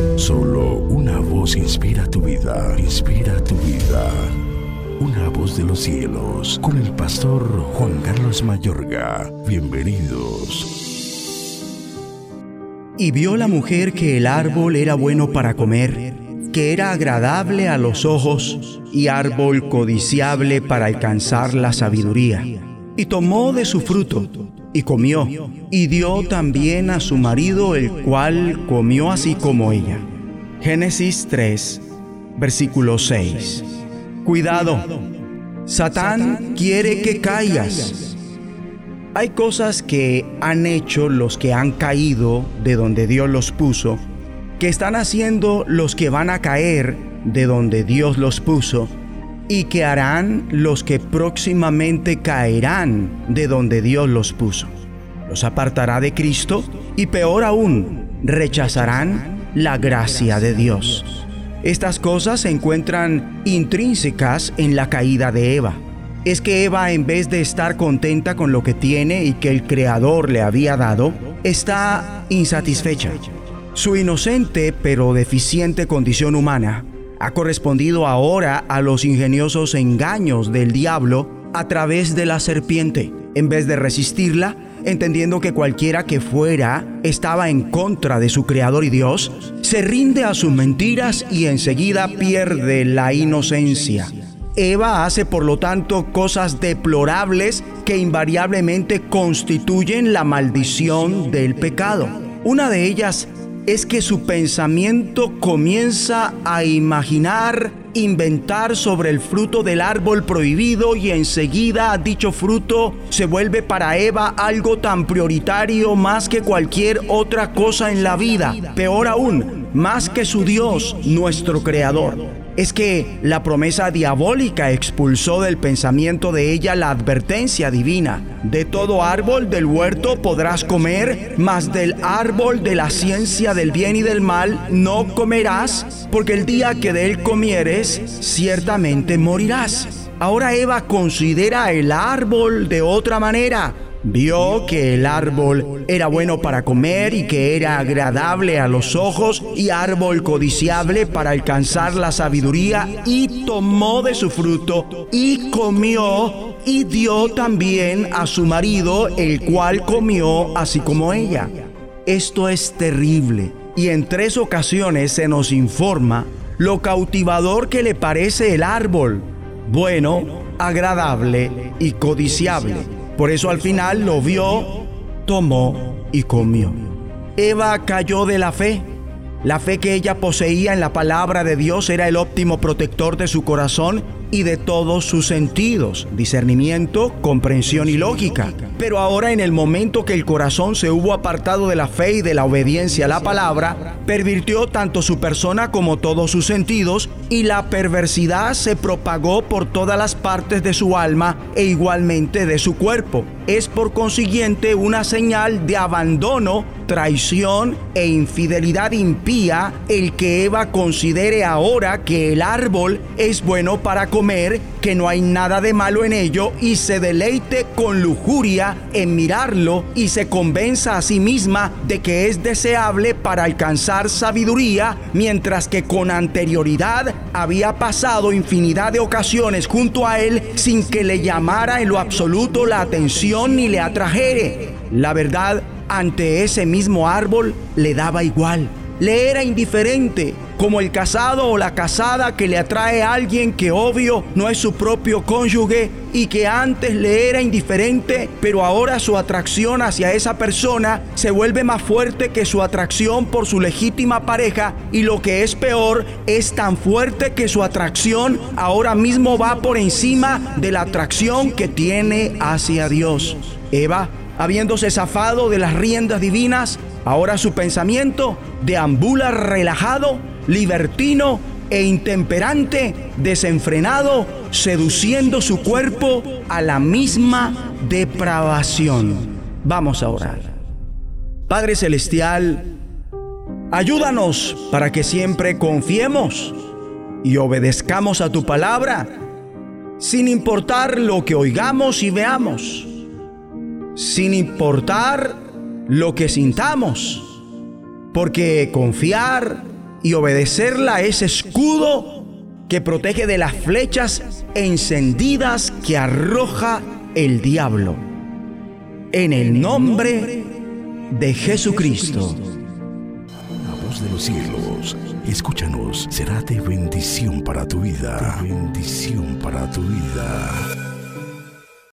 Solo una voz inspira tu vida, inspira tu vida. Una voz de los cielos, con el pastor Juan Carlos Mayorga. Bienvenidos. Y vio la mujer que el árbol era bueno para comer, que era agradable a los ojos y árbol codiciable para alcanzar la sabiduría. Y tomó de su fruto y comió, y dio también a su marido, el cual comió así como ella. Génesis 3, versículo 6. Cuidado, Satán quiere que caigas. Hay cosas que han hecho los que han caído de donde Dios los puso, que están haciendo los que van a caer de donde Dios los puso, y que harán los que próximamente caerán de donde Dios los puso. Los apartará de Cristo y, peor aún, rechazarán la gracia de Dios. Estas cosas se encuentran intrínsecas en la caída de Eva. Es que Eva, en vez de estar contenta con lo que tiene y que el Creador le había dado, está insatisfecha. Su inocente pero deficiente condición humana ha correspondido ahora a los ingeniosos engaños del diablo a través de la serpiente. En vez de resistirla, entendiendo que cualquiera que fuera estaba en contra de su Creador y Dios, se rinde a sus mentiras y enseguida pierde la inocencia. Eva hace, por lo tanto, cosas deplorables que invariablemente constituyen la maldición del pecado. Una de ellas es que su pensamiento comienza a inventar sobre el fruto del árbol prohibido, y enseguida dicho fruto se vuelve para Eva algo tan prioritario más que cualquier otra cosa en la vida. Peor aún, más que su Dios, nuestro Creador. Es que la promesa diabólica expulsó del pensamiento de ella la advertencia divina: de todo árbol del huerto podrás comer, mas del árbol de la ciencia del bien y del mal no comerás, porque el día que de él comieres, ciertamente morirás. Ahora Eva considera el árbol de otra manera. Vio que el árbol era bueno para comer y que era agradable a los ojos y árbol codiciable para alcanzar la sabiduría, y tomó de su fruto y comió, y dio también a su marido, el cual comió así como ella. Esto es terrible, y en 3 ocasiones se nos informa lo cautivador que le parece el árbol: bueno, agradable y codiciable. Por eso al final lo vio, tomó y comió. Eva cayó de la fe. La fe que ella poseía en la palabra de Dios era el óptimo protector de su corazón y de todos sus sentidos: discernimiento, comprensión y lógica. Pero ahora, en el momento que el corazón se hubo apartado de la fe y de la obediencia a la palabra, pervirtió tanto su persona como todos sus sentidos, y la perversidad se propagó por todas las partes de su alma e igualmente de su cuerpo. Es por consiguiente una señal de abandono, traición e infidelidad impía el que Eva considere ahora que el árbol es bueno para comer, que no hay nada de malo en ello, y se deleite con lujuria en mirarlo, y se convenza a sí misma de que es deseable para alcanzar sabiduría, mientras que con anterioridad había pasado infinidad de ocasiones junto a él sin que le llamara en lo absoluto la atención ni le atrajere. La verdad, ante ese mismo árbol le daba igual, le era indiferente, como el casado o la casada que le atrae a alguien que obvio no es su propio cónyuge y que antes le era indiferente, pero ahora su atracción hacia esa persona se vuelve más fuerte que su atracción por su legítima pareja, y lo que es peor, es tan fuerte que su atracción ahora mismo va por encima de la atracción que tiene hacia Dios. Eva, habiéndose zafado de las riendas divinas, ahora su pensamiento deambula relajado, libertino e intemperante, desenfrenado, seduciendo su cuerpo a la misma depravación. Vamos a orar. Padre Celestial, ayúdanos para que siempre confiemos y obedezcamos a tu palabra, sin importar lo que oigamos y veamos, sin importar lo que sintamos, porque confiar y obedecerla es escudo que protege de las flechas encendidas que arroja el diablo. En el nombre de Jesucristo. La voz de los cielos, escúchanos, será de bendición para tu vida. De bendición para tu vida.